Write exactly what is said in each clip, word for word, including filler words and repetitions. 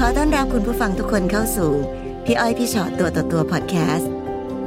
อต้อนรับคุณผู้ฟังทุกคนเข้าสู่พี่อ้อยพี่ชอตตัวต่อตัวพอดแคสต์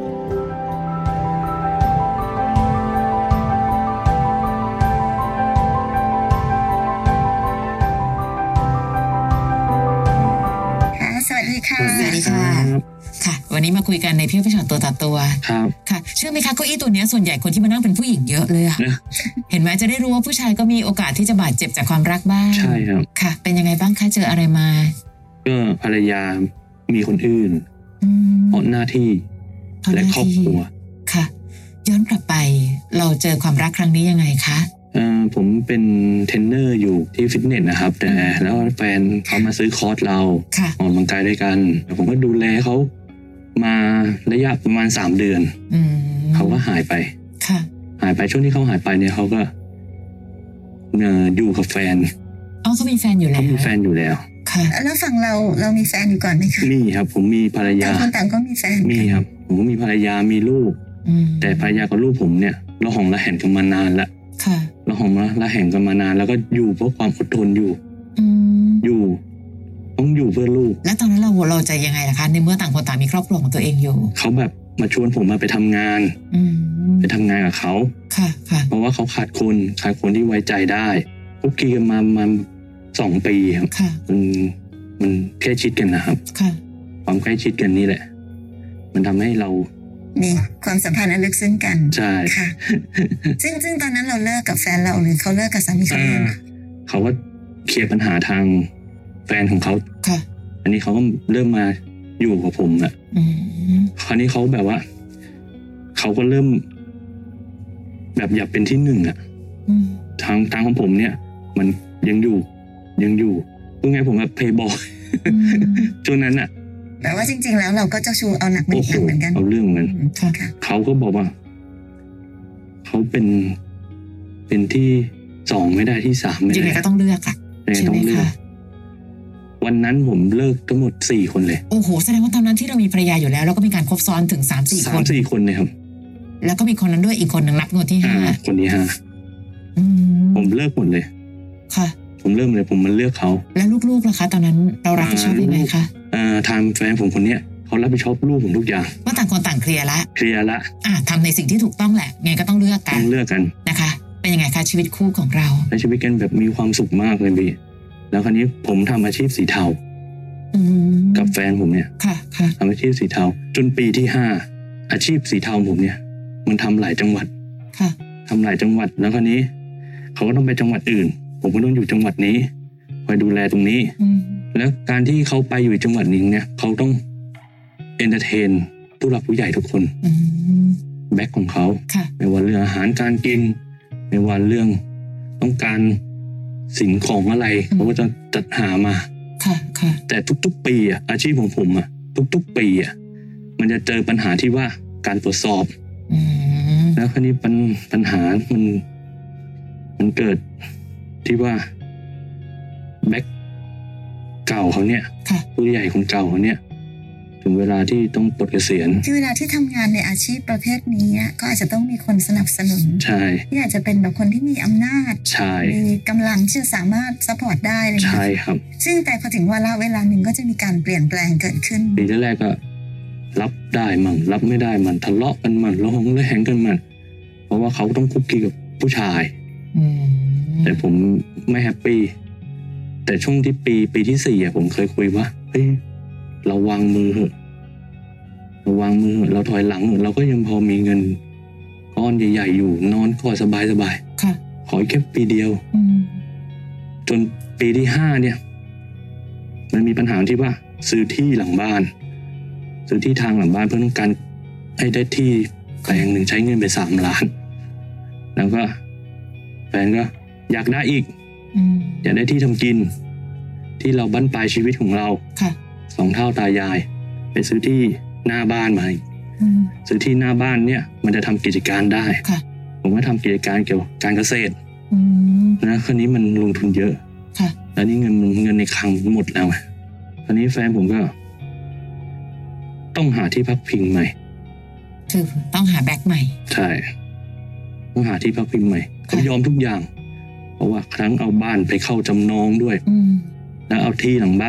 สวัสดีค่ะสวัสดีค่ะค่ะวันนี้มาคุยกันในพี่อ้อยพี่ชอตตัวต่อตัวครับค่ะเชื่อไหมคะเก้าอี้ตัวนี้ส่วนใหญ่คนที่มานั่งเป็นผู้หญิงเยอะเลยอะเห็นไหมจะได้รู้ว่าผู้ชายก็มีโอกาสที่จะบาดเจ็บจากความรักบ้างใช่ครับค่ะเป็นยังไงบ้างคะเจออะไรมาก็ภรรยามีคนอื่นเพราะหน้าที่และครอบครัวค่ะย้อนกลับไปเราเจอความรักครั้งนี้ยังไงคะเอ่อผมเป็นเทรนเนอร์อยู่ที่ฟิตเนสนะครับแต่แล้วแฟนเขามาซื้อคอร์สเราออกกำลังกายด้วยกันผมก็ดูแลเขามาระยะประมาณสามเดือนเขาก็หายไปหายไปช่วงที่เขาหายไปเนี่ยเขาก็เอ่ออยู่กับแฟนอ๋อเขามีแฟนอยู่แล้วเขามีแฟนอยู่แล้วค่ะแล้วฝั่งเราเรามีแฟนอยู่ก่อนไหมคะมีครับผมมีภรรยาต่างคนต่างก็มีแฟนมีครับผมก็มีภรรยามีลูกแต่ภรรยากับลูกผมเนี่ยเราหองระแหงกันมานานแล้วเราหองระแหงกันมานานแล้วก็อยู่เพราะความอดทนอยู่อยู่ต้องอยู่เพื่อลูกแล้วตอนนั้นเราเราใจยังไงล่ะคะในเมื่อต่างคนต่างมีครอบครัวของตัวเองอยู่เขาแบบมาชวนผมมาไปทำงานไปทำงานกับเขาเพราะว่าเขาขาดคนขาดคนที่ไว้ใจได้คุกคีกันมามาสองปีครับมันมันใกล้ชิดกันนะครับความใกล้ชิดกันนี่แหละมันทำให้เรามีความสัมพันธ์อันลึกซึ้งกันใช่ค่ะซึ่งซึ่งตอนนั้นเราเลิกกับแฟนเราหรือเขาเลิกกับสามีเขาเขาก็เคลียร์ปัญหาทางแฟนของเขาอันนี้เขาก็เริ่มมาอยู่กับผมแหละคราวนี้เขาแบบว่าเขาก็เริ่มแบบอยากเป็นที่หนึ่งอ่ะทางทางของผมเนี่ยมันยังอยู่ยังอยู่พูดไงผมแบบเพย์บอยช่วงนั้นอ่ะแต่ว่าจริงๆแล้วเราก็เจ้าชู้เอาหนักเหมือนกันเอาเรื่องเหมือนกันเขาก็บอกว่าเขาเป็นเป็นที่สองไม่ได้ที่สามไม่ได้ยังไงก็ต้องเลือกค่ะใช่ต้องเลือกวันนั้นผมเลิกทั้งหมดสี่คนเลยโอ้โหแสดงว่าตอนนั้นที่เรามีภรรยาอยู่แล้วแล้วก็มีการคบซ้อนถึงสามสี่คนสามสี่คนเลยครับแล้วก็มีคนนั้นด้วยอีกคนหนึ่งนับคนที่ห้าคนที่ห้าผมเลิกหมดเลยค่ะผมเริ่มเลยผมมันเลือกเขาแล้วลูกๆล่ะคะตอนนั้นเรารับผิดชอบยังไงคะอ่าทางแฟนผมคนเนี้ยเขารับผิดชอบลูกผมทุกอย่างว่าต่างคนต่างเคลียร์ละเคลียร์ละอ่าทำในสิ่งที่ถูกต้องแหละไงก็ต้องเลือกกันต้องเลือกกันนะคะเป็นยังไงคะชีวิตคู่ของเราในชีวิตกันแบบมีความสุขมากเลยพี่แล้วคราวนี้ผมทำอาชีพสีเทากับแฟนผมเนี่ยทำอาชีพสีเทาจนปีที่ห้าอาชีพสีเทาผมเนี่ยมันทำหลายจังหวัดทำหลายจังหวัดแล้วคราวนี้เขาก็ต้องไปจังหวัดอื่นผมก็ต้องอยู่จังหวัดนี้คอยดูแลตรงนี้แล้วการที่เขาไปอยู่จังหวัดนี้เนี่ยเขาต้องเอนเตอร์เทนผู้หลักผู้ใหญ่ทุกคนแบ็คของเขาไม่ว่าเรื่องอาหารการกินไม่ว่าเรื่องต้องการสิ่งของอะไรเขาก็จะจัดหามาแต่ทุกๆปีอ่ะอาชีพของผมอ่ะทุกๆปีอ่ะมันจะเจอปัญหาที่ว่าการตรวจสอบแล้วคราวนี้ปัญปัญหามันมันเกิดที่ว่าแบ็คเก่าเขาเนี่ยผู้ใหญ่คนเก่าเขาเนี่ยถึงเวลาที่ต้องปลดเกษียณที่เวลาที่ทำงานในอาชีพประเภทนี้ก็อาจจะต้องมีคนสนับสนุนใช่ที่อาจจะเป็นแบบคนที่มีอำนาจใช่มีกำลังที่จะสามารถซัพพอร์ตได้เลยใช่ครับซึ่งแต่พอถึงเวลาเวลาหนึ่งก็จะมีการเปลี่ยนแปลงเกิดขึ้นปีแรกก็รับได้มั่งรับไม่ได้มันทะเลาะกันมันร้องระแหงกันมันเพราะว่าเขาต้องคุกคีกับผู้ชายแต่ผมไม่แฮปปี้แต่ช่วงที่ปีปีที่สี่อ่ะผมเคยคุยว่าเฮ้ยเราวางมือเหอะเราวางมือเหอะเราถอยหลังเหอะเราก็ยังพอมีเงินก้อนใหญ่ๆอยู่นอนก็สบายสบายขอแค่ปีเดียวจนปีที่ห้าเนี่ยมันมีปัญหาที่ว่าซื้อที่หลังบ้านซื้อที่ทางหลังบ้านเพื่อต้องการให้ได้ที่แปลงหนึ่งใช้เงินไปสามล้านแล้วก็แฟนก็อยากได้อีกอยากได้ที่ทำกินที่เราบั้นปลายชีวิตของเราสองเท่าตายายไปซื้อที่หน้าบ้านมาซื้อที่หน้าบ้านเนี่ยมันจะทำกิจการได้ผมก็ทำกิจการเกี่ยวกับการเกษตรนะคราวนี้มันลงทุนเยอะแล้วนี่เงินเงินในคลังหมดแล้วคราวนี้แฟนผมก็ต้องหาที่พักพิงใหม่คือต้องหาแบ็คใหม่ใช่ต้องหาที่พักพิงใหม่เขายอมทุกอย่างเพราะว่าครั้งเอาบ้านไปเข้าจำนองด้วยแล้วเอาที่หลังบ้าน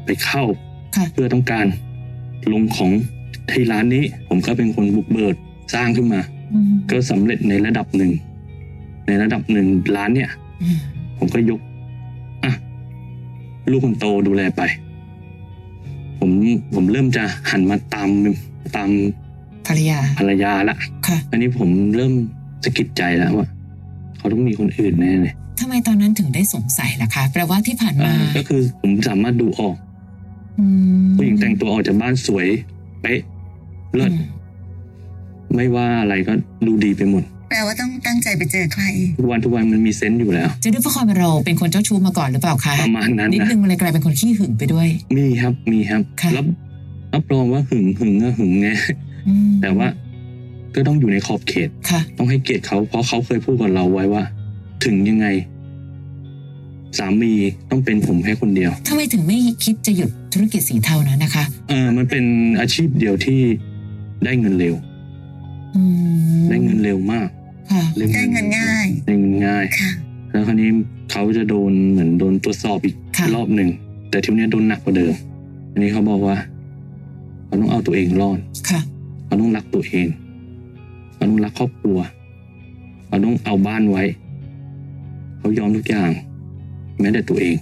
ไปเข้าเพื่อต้องการลงของที่ร้านนี้ผมก็เป็นคนบุกเบิกสร้างขึ้นมาก็สำเร็จในระดับหนึ่งในระดับหนึ่งร้านเนี่ยผมก็ยกอ่ะลูกคนโตดูแลไปผมผมเริ่มจะหันมาตามตามภรรยาภรรยาละค่ะอันนี้ผมเริ่มสะกิดใจแล้วว่าเขาต้องมีคนอื่นแน่เลยทำไมตอนนั้นถึงได้สงสัยล่ะคะแปลว่าที่ผ่านมาก็คือผมสามารถดูออกผู้หญิงแต่งตัวออกจากบ้านสวยเป๊ะเลิศไม่ว่าอะไรก็ดูดีไปหมดแปลว่าต้องตั้งใจไปเจอใครทุกวันทุกวันมันมีเซนส์อยู่แล้วจะด้วยเพราะความเราเป็นคนเจ้าชู้มาก่อนหรือเปล่าคะประมาณนั้นนิดนึงมันเลยกลายเป็นคนขี้หึงไปด้วยมีครับมีครับรับรับรองว่าหึงหึงก็หึงไงแต่ว่าก็ต้องอยู่ในขอบเขตต้องให้เกียรติเขาเพราะเขาเคยพูดกับเราไว้ว่าถึงยังไงสามีต้องเป็นผมแค่คนเดียวทำไมถึงไม่คิดจะหยุดธุรกิจสีเทานั้นนะคะเออมันเป็นอาชีพเดียวที่ได้เงินเร็วได้เงินเร็วมากได้เงินง่ายได้เงินง่ายแล้วคราวนี้เขาจะโดนเหมือนโดนตรวจสอบอีกรอบหนึ่งแต่ทีนี้โดนหนักกว่าเดิมอันนี้เขาบอกว่าเขาต้องเอาตัวเองรอดเขาต้องรักตัวเองเขาต้องรักครอบครัวเขาต้องเอาบ้านไว้เขายอมทุกอย่างแม้แต่ตัวเอง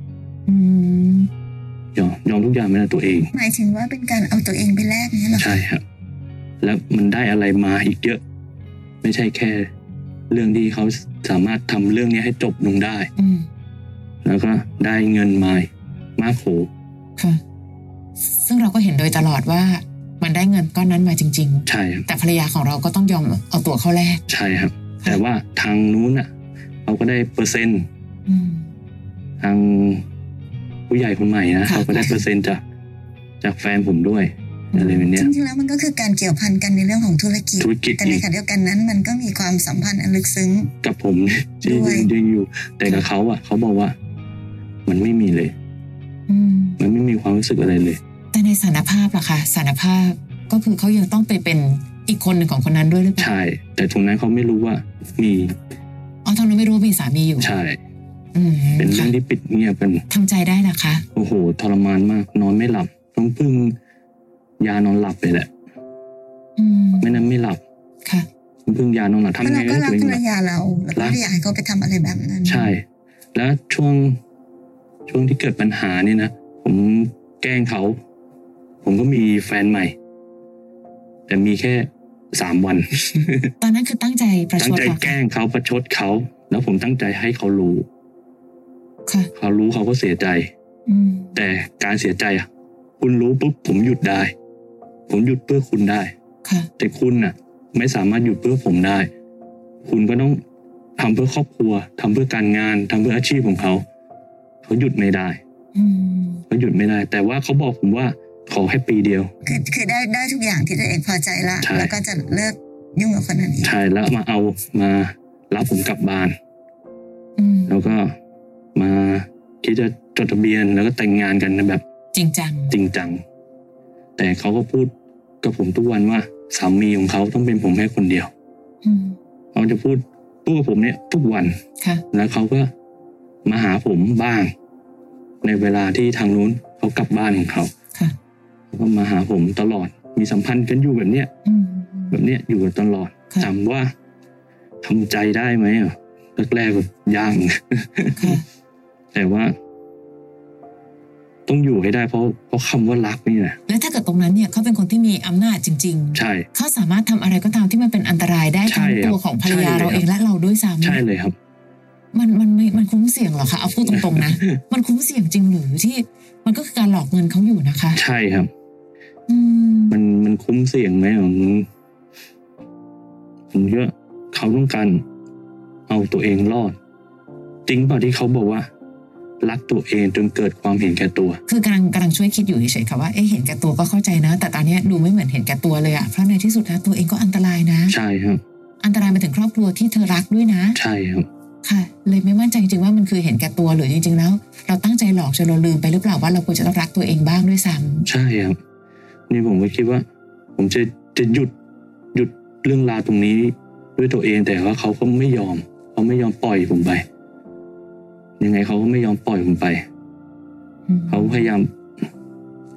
ยอมยอมทุกอย่างแม้แต่ตัวเองหมายถึงว่าเป็นการเอาตัวเองไปแลกนี่หรอใช่ครับแล้วมันได้อะไรมาอีกเยอะไม่ใช่แค่เรื่องที่เขาสามารถทำเรื่องนี้ให้จบลงได้แล้วก็ได้เงินมามากโขค่ะซึ่งเราก็เห็นโดยตลอดว่ามันได้เงินก้อนนั้นมาจริงๆใช่แต่ภรรยาของเราก็ต้องยอมเอาตัวเข้าแลกใช่ครับแต่ว่าทางนู้นอ่ะเขาก็ได้เปอร์เซ็นต์ทางผู้ใหญ่คนใหม่นะเขาก็ได้เปอร์เซ็นต์จากจากแฟนผมด้วยอะไรแบบนี้จริงๆแล้วมันก็คือการเกี่ยวพันกันในเรื่องของธุรกิจแต่ในขณะเดียวกันนั้นมันก็มีความสัมพันธ์อันลึกซึ้งกับผมที่ยังอยู่แต่กับเขาอ่ะเขาบอกว่ามันไม่มีเลยมันไม่มีความรู้สึกอะไรเลยแต่ในสารภาพล่ะคะสารภาพก็คือเขายังต้องไปเป็นอีกคนหนึ่งของคนนั้นด้วยหรือเปล่าใช่แต่ตรงนั้นเขาไม่รู้ว่ามีอ๋อทางนั้นไม่รู้มีสามีอยู่ใช่เป็นเรื่องที่ปิดเงียบกันทำใจได้หรอคะโอ้โหทรมานมากนอนไม่หลับต้องพึ่งยานอนหลับไปแหละไม่นั้นไม่หลับค่ะพึ่งยานอนหลับทำไงก็รักภรรยาเราแล้วก็อยากให้เขาไปทำอะไรแบบนั้นใช่แล้วช่วงช่วงที่เกิดปัญหานี่นะผมแกล้งเขาผมก็มีแฟนใหม่แต่มีแค่สามวันตอนนั้นคือตั้งใจประชดตั้งใจแกล้งเขาประชดเขาแล้วผมตั้งใจให้เขารู้เขารู้เขาก็เสียใจแต่การเสียใจอ่ะคุณรู้ปุ๊บผมหยุดได้ผมหยุดเพื่อคุณได้แต่คุณน่ะไม่สามารถหยุดเพื่อผมได้คุณก็ต้องทำเพื่อครอบครัวทำเพื่อการงานทำเพื่ออาชีพของเขาเขาหยุดไม่ได้เขาหยุดไม่ได้แต่ว่าเขาบอกผมว่าขอแค่ปีเดียวคือคือได้ได้ทุกอย่างที่ตัวเองพอใจละแล้วก็จะเลิกยุ่งกับคนนั้นอีกใช่แล้วมาเอามารับผมกลับบ้านแล้วก็มาคิดจะจดทะเบียนแล้วก็แต่งงานกันนะแบบจริงจังจริงจังแต่เขาก็พูดกับผมทุกวันว่าสามีของเขาต้องเป็นผมแค่คนเดียวเขาจะพูดพูดกับผมเนี่ยทุกวันแล้วเขาก็มาหาผมบ้างในเวลาที่ทางนู้นเขากลับบ้านของเขาเขาก็มาหาผมตลอดมีสัมพันธ์กันอยู่แบบเนี้ยแบบเนี้ยอยู่กันตลอดจำว่าทำใจได้ไหมอ่ะแรกๆก็ยากแต่ว่าต้องอยู่ให้ได้เพราะเพราะคำว่ารักนี่แหละแล้วถ้าเกิดตรงนั้นเนี่ยเขาเป็นคนที่มีอำนาจจริงๆใช่เขาสามารถทำอะไรก็ตามที่มันเป็นอันตรายได้ทั้งตัวของภรรยาเราเองและเราด้วยซ้ำใช่เลยครับมันมันไม่มันคุ้มเสี่ยงหรอคะเอาพูดตรงๆนะมันคุ้มเสี่ยงจริงหรือที่มันก็คือการหลอกเงินเขาอยู่นะคะใช่ครับมันมันคุ้มเสี่ยงไหมผมผมเยอะเขาต้องการเอาตัวเองรอดจริงเปล่าที่เขาบอกว่ารักตัวเองจนเกิดความเห็นแก่ตัวคือกำลังกำลังช่วยคิดอยู่เฉยๆค่ะว่าเอ๊ะเห็นแก่ตัวก็เข้าใจนะแต่ตอนนี้ดูไม่เหมือนเห็นแก่ตัวเลยอะเพราะในที่สุดแล้วตัวเองก็อันตรายนะใช่ครับอันตรายมาถึงครอบครัวที่เธอรักด้วยนะใช่ครับค่ะเลยไม่มั่นใจจริงๆว่ามันคือเห็นแก่ตัวหรือจริงๆแล้วเราตั้งใจหลอกจนเราลืมไปหรือเปล่าว่าเราควรจะต้องรักตัวเองบ้างด้วยซ้ำใช่ครับนี่ผมก็คิดว่าผมจะจะหยุดหยุดเรื่องราวตรงนี้ด้วยตัวเองแต่ว่าเขาก็ไม่ยอมเขาไม่ยอมปล่อยผมไปยังไงเขาก็ไม่ยอมปล่อยผมไปเขาพยายาม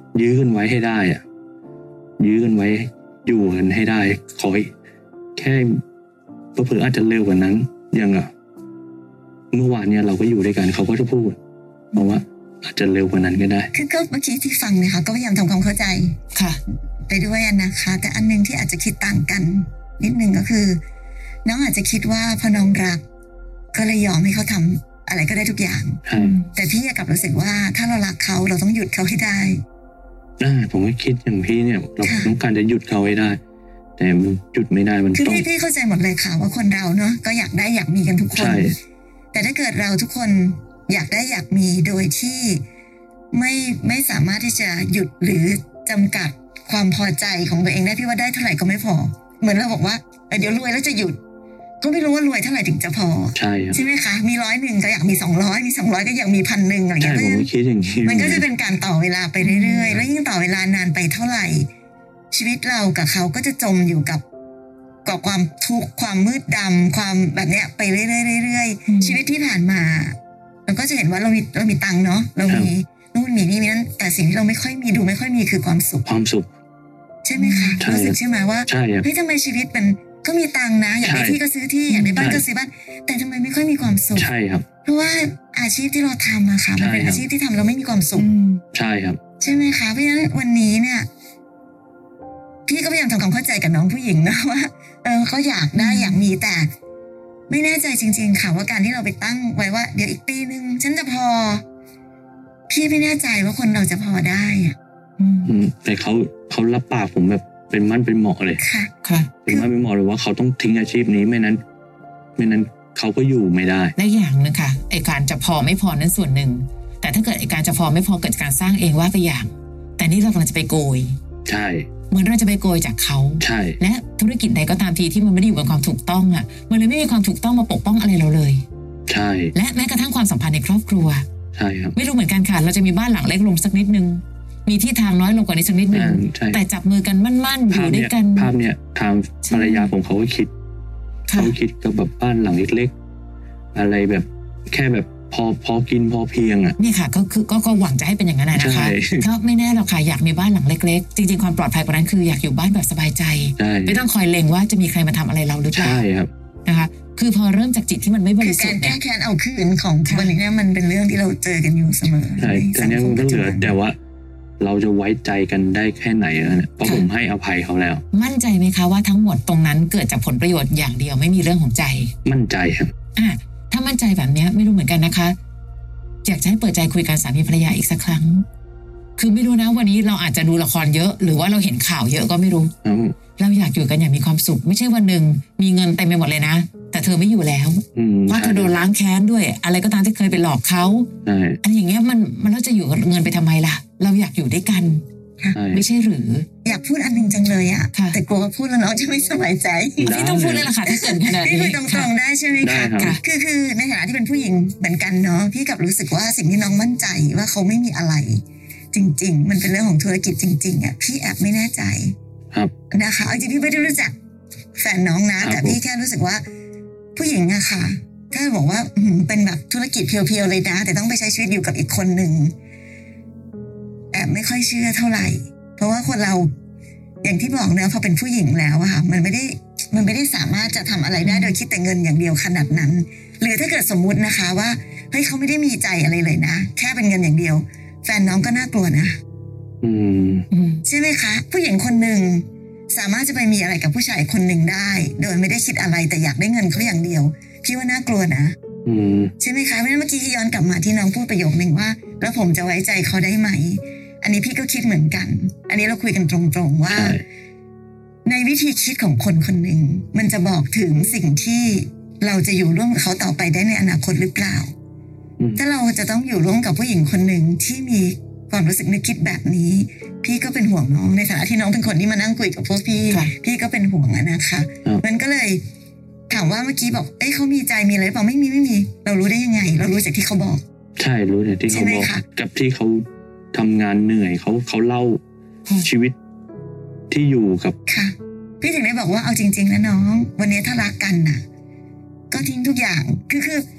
ยื้อกันไว้ให้ได้อ่ะยื้อกันไว้อยู่กันให้ได้ขอแค่เผื่ออาจจะเร็วกว่านั้นอย่างอ่ะเมื่อวานเนี่ยเราก็อยู่ด้วยกันเขาก็จะพูดบอกว่าอาจจะเร็วกว่านั้นก็ได้คือก็เมื่อกี้ที่ฟังนะคะก็พยายามทำความเข้าใจค่ะไปด้วยนะคะแต่อันนึงที่อาจจะคิดต่างกันนิดนึงก็คือน้องอาจจะคิดว่าพอน้องรักก็เลยยอมให้เขาทำอะไรก็ได้ทุกอย่างแต่พี่กลับรู้สึกว่าถ้าเรารักเขาเราต้องหยุดเขาให้ได้ได้ผมก็คิดอย่างพี่เนี่ยเราต้องการจะหยุดเขาให้ได้แต่มันหยุดไม่ได้มันคือพี่พี่เข้าใจหมดเลยค่ะว่าคนเราเนาะก็อยากได้อยากมีกันทุกคนแต่ถ้าเกิดเราทุกคนอยากได้อยากมีโดยที่ไม่ไม่สามารถที่จะหยุดหรือจำกัดความพอใจของตัวเองได้พี่ว่าได้เท่าไหร่ก็ไม่พอเหมือนเราบอกว่าเดี๋ยวรวยแล้วจะหยุดก็ไม่รู้ว่ารวยเท่าไหร่ถึงจะพอใช่ใช่ไหมคะมีร้อยหนึ่งก็อยากมีสองร้อยมีสองร้อยก็อยากมีพันหนึ่งอะไรอย่างเงี้ยผมคิดอย่างนี้มันก็จะเป็นการต่อเวลาไปเรื่อยๆแล้วยิ่งต่อเวลานานไปเท่าไหร่ชีวิตเรากับเขาก็จะจมอยู่กับกับความทุกข์ความมืดดำความแบบเนี้ยไปเรื่อยๆชีวิตที่ผ่านมาเราก็จะเห็นว่าเรามีเรามีตังค์เนาะเรามีนู่นมีนี่มีนั่นแต่สิ่งที่เราไม่ค่อยมีดูไม่ค่อยมีคือความสุขความสุขใช่ไหมคะรู้สึกใช่ไหมว่าเฮ้ยทำไมชีวิตมันก็มีตังค์นะอยากได้ที่ก็ซื้อที่อยากได้บ้านก็ซื้อบ้านแต่ทำไมไม่ค่อยมีความสุขใช่ครับเพราะว่าอาชีพที่เราทำอะค่ะมันเป็นอาชีพที่ทำเราไม่มีความสุขใช่ครับใช่ไหมคะเพราะฉะนั้นวันนี้เนี่ยพี่ก็พยายามทำความเข้าใจกับน้องผู้หญิงนะว่าเออเขาอยากได้อยากมีแต่ไม่แน่ใจจริงๆค่ะว่าการที่เราไปตั้งไว้ว่าเดี๋ยวอีกปีนึงฉันจะพอพี่ไม่แน่ใจว่าคนเราจะพอได้อ่ะแต่เขาเขารับปากผมแบบเป็นมั่นเป็นเหมาะเลยค่ะค่ะเป็นมั่นเป็นเหมาะเลยว่าเขาต้องทิ้งอาชีพนี้ไม่นั้นไม่นั้นเขาก็อยู่ไม่ได้และอย่างนึงค่ะไอการจะพอไม่พอนั้นส่วนหนึ่งแต่ถ้าเกิดไอการจะพอไม่พอเกิดจากการสร้างเองว่าไปอย่างแต่นี่เรากำลังจะไปโกยใช่เหมือนเราจะไปโกยจากเขาใช่และธุรกิจใดก็ตามทีที่มันไม่ได้อยู่กับความถูกต้องอ่ะมันเลยไม่มีความถูกต้องมาปกป้องอะไรเราเลยใช่และแม้กระทั่งความสัมพันธ์ในครอบครัวใช่ครับไม่รู้เหมือนกันค่ะเราจะมีบ้านหลังเล็กลงสักนิดนึงมีที่ทางน้อยลงกว่านี้สักนิดนึงแต่จับมือกันมั่นๆอยู่ด้วยกันภาพเนี้ยทางภรรยาผมเขาก็คิดเขาคิดกับแบบบ้านหลังเล็กๆอะไรแบบแค่แบบพอพอกินพอเพียงอ่ะนี่ค่ะก็คือก็ก็หวังจะให้เป็นอย่างนั้นนะคะก็ไม่แน่หรอกค่ะอยากมีบ้านหลังเล็กๆจริงๆความปลอดภัยกว่านั้นคืออยากอยู่บ้านแบบสบายใจไม่ต้องคอยเล็งว่าจะมีใครมาทำอะไรเราหรือเปล่าใช่ครับนะคะคือพอเริ่มจากจิตที่มันไม่บริสุทธิ์เนี่ยการแก้แค้นเอาคืนของวันนี้เนี่ยมันเป็นเรื่องที่เราเจอกันอยู่เสมอใช่แต่เนี้ยมันก็เหลือแต่ว่าเราจะไว้ใจกันได้แค่ไหนนะเพราะผมให้อภัยเขาแล้วมั่นใจไหมคะว่าทั้งหมดตรงนั้นเกิดจากผลประโยชน์อย่างเดียวไม่มีเรื่องของใจมั่นใจครับอ่ะถ้ามั่นใจแบบนี้ไม่รู้เหมือนกันนะคะอยากจะให้เปิดใจคุยกันสามีภรรยาอีกสักครั้งคือไม่รู้นะวันนี้เราอาจจะดูละครเยอะหรือว่าเราเห็นข่าวเยอะก็ไม่รู้เราอยากอยู่กันอย่างมีความสุขไม่ใช่วันหนึ่งมีเงินเต็มไปหมดเลยนะแต่เธอไม่อยู่แล้วเพราะเธอโดนล้างแค้นด้วยอะไรก็ตามที่เคยไปหลอกเขาอันอย่างเงี้ยมันมันเราจะอยู่กับเงินไปทำไมล่ะเราอยากอยู่ด้วยกันไม่ใช่หรืออยากพูดอันนึงจังเลยอ่ะแต่กลัวว่าพูดแล้วน้องจะไม่สบายใจพี่ต้องพูดเลยล่ะค่ะถ้าเกิดขนาดนี้พี่คุยตรงๆได้ใช่ไหมคะคือคือในฐานะที่เป็นผู้หญิงเหมือนกันเนาะพี่กลับรู้สึกว่าสิ่งที่น้องมั่นใจว่าเขาไม่มีอะไรจริงๆมันเป็นเรื่องของธุรกิจจริงๆอ่ะพี่แอบไม่แน่ใจครับนะคะจริงๆพี่ไม่ได้รู้จักแฟนน้องนะแต่พี่แค่รู้สึกว่าผู้หญิงอะค่ะถ้าบอกว่าเป็นแบบธุรกิจเพียวๆเลยนะแต่ต้องไปใช้ชีวิตอยู่กับอีกคนหนึ่งแอบไม่ค่อยเชื่อเท่าไหร่เพราะว่าคนเราอย่างที่บอกเนอะพอเป็นผู้หญิงแล้วอะค่ะมันไม่ได้มันไม่ได้สามารถจะทำอะไรได้โดยคิดแต่เงินอย่างเดียวขนาดนั้นหรือถ้าเกิดสมมุตินะคะว่าเฮ้ยเขาไม่ได้มีใจอะไรเลยนะแค่เป็นเงินอย่างเดียวแฟนน้องก็น่ากลัวนะอืมใช่ไหมคะผู้หญิงคนหนึ่งสามารถจะไปมีอะไรกับผู้ชายคนหนึ่งได้โดยไม่ได้คิดอะไรแต่อยากได้เงินเขาอย่างเดียวพี่ว่าน่ากลัวนะใช่ไหมคะเพราะฉะนั้นเมื่อกี้ย้อนกลับมาที่น้องพูดประโยคนึงว่าแล้วผมจะไว้ใจเขาได้ไหมอันนี้พี่ก็คิดเหมือนกันอันนี้เราคุยกันตรงๆว่าในวิธีคิดของคนคนหนึ่งมันจะบอกถึงสิ่งที่เราจะอยู่ร่วมกับเขาต่อไปได้ในอนาคตหรือเปล่าถ้าเราจะต้องอยู่ร่วมกับผู้หญิงคนหนึ่งที่มีความรู้สึกนึกคิดแบบนี้พี่ก็เป็นห่วงน้องในฐานะที่น้องเป็นคนที่มานั่งคุยกับพวกพี่พี่ก็เป็นห่วงนะคะมันก็เลยถามว่าเมื่อกี้บอกเอ้ยเขามีใจมีอะไรเปล่าไม่มีไม่มีเรารู้ได้ยังไงเรารู้จากที่เขาบอกใช่รู้จากที่เขาบอกกับที่เขาทำงานเหนื่อยเขาเขาเล่าชีวิตที่อยู่กับค่ะพี่ถึงได้บอกว่าเอาจริงๆนะน้องวันนี้ถ้ารักกันน่ะก็ทิ้งทุกอย่างคือคือพ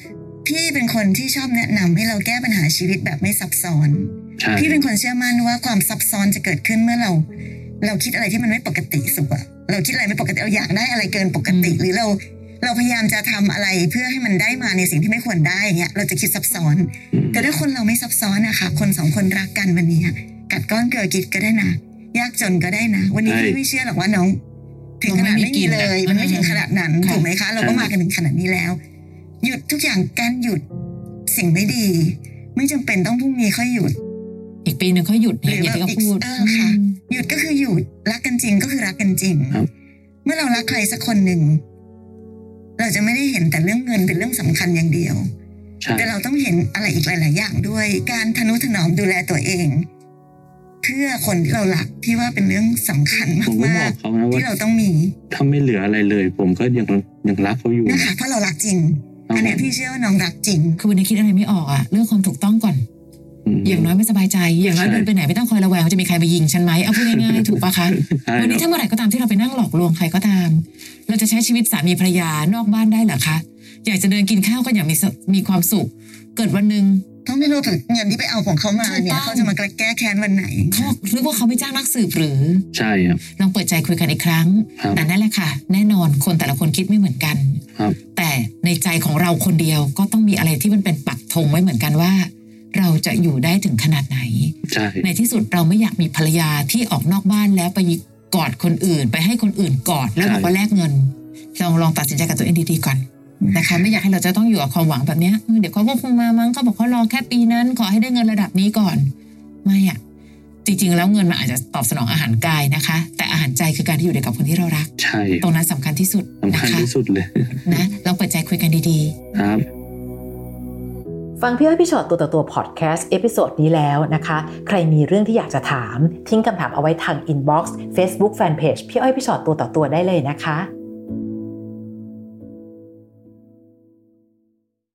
พี่เป็นคนที่ชอบแนะนำให้เราแก้ปัญหาชีวิตแบบไม่ซับซ้อนพี่เป็นคนเชื่อมั่นว่าความซับซ้อนจะเกิดขึ้นเมื่อเราเราคิดอะไรที่มันไม่ปกติสุดอะเราคิดอะไรไม่ปกติเราอยากได้อะไรเกินปกติหรือเราเราพยายามจะทำอะไรเพื่อให้มันได้มาในสิ่งที่ไม่ควรได้เงี้ยเราจะคิดซับซ้อนแต่ถ้าคนเราไม่ซับซ้อนอะค่ะคนสองคนรักกันวันนี้กัดก้อนเกลือกินก็ได้นะยากจนก็ได้นะวันนี้พี่ไม่เชื่อหรอกว่าน้องถึงขนาดไม่มีเลยมันไม่ถึงขนาดนั้นถูกไหมคะเราก็มากันถึงขนาดนี้แล้วหยุดทุกอย่างการหยุดสิ่งไม่ดีไม่จำเป็นต้องพรุ่งนี้ค่อยหยุดอีกปีหนึ่งค่อยหยุดอย่างที่เขาพูดค่ะหยุดก็คือหยุดรักกันจริงก็คือรักกันจริงเมื่อเรารักใครสักคนหนึ่งเราจะไม่ได้เห็นแต่เรื่องเงินเป็นเรื่องสำคัญอย่างเดียวแต่เราต้องเห็นอะไรอีกหลายๆอย่างด้วยการทนุถนอมดูแลตัวเองเพื่อคนที่เรารักพี่ว่าเป็นเรื่องสำคัญมากๆที่เราต้องมีถ้าไม่เหลืออะไรเลยผมก็ยังยังรักเขาอยู่นะคะเพราะเรารักจริงอันนี้พี่เชื่อว่าน้องรักจริงคือวันนี้คิดอะไรไม่ออกอะเรื่องความถูกต้องก่อนอย่างน้อยไม่สบายใจอย่างน้อยเดินไปไหนไม่ต้องคอยระแวงว่าจะมีใครมายิงฉันไหมเอาพูดง่ายๆถูกปะคะวันนี้ถ้าเมื่อไหร่ก็ตามที่เราไปนั่งหลอกลวงใครก็ตามเราจะใช้ชีวิตสามีภรรยานอกบ้านได้เหรอคะอยากจะเดินกินข้าวก็อย่างมีมีความสุขเกิดวันนึงเขาไม่รู้ถึงเงินที่ไปเอาของเขามาเนี่ยเขาจะมาแก้แค้นวันไหนเขาหรือว่าเขาไม่จ้างนักสืบหรือใช่ครับลองเปิดใจคุยกันอีกครั้งแต่นั่นแหละค่ะแน่นอนคนแต่ละคนคิดไม่เหมือนกันแต่ในใจของเราคนเดียวก็ต้องมีอะไรที่มันเป็นปักธงไว้เหมือนกันว่าเราจะอยู่ได้ถึงขนาดไหนใช่ในที่สุดเราไม่อยากมีภรรยาที่ออกนอกบ้านแล้วไปกอดคนอื่นไปให้คนอื่นกอดแล้วบอกว่าแลกเงินลองลองตัดสินใจกับตัวเองดีๆก่อนนะคะไม่อยากให้เราจะต้องอยู่กับความหวังแบบนี้เดี๋ยวเขาก็คงมามั้งเขาบอกเขารอแค่ปีนั้นขอให้ได้เงินระดับนี้ก่อนไม่อะจริงๆแล้วเงินมันอาจจะตอบสนองอาหารกายนะคะแต่อาหารใจคือการที่อยู่กับคนที่เรารักใช่ตรงนั้นสำคัญที่สุดสำคัญที่สุดเลยนะลองเปิดใจคุยกันดีๆครับฟังพี่อ้อยพี่ชอตตัวต่อตัวพอดแคสต์เอพิโซดนี้แล้วนะคะใครมีเรื่องที่อยากจะถามทิ้งคำถามเอาไว้ทางอินบ็อกซ์ Facebook Fanpage พี่อ้อยพี่ชอตตัวต่อตัวได้เลยนะคะ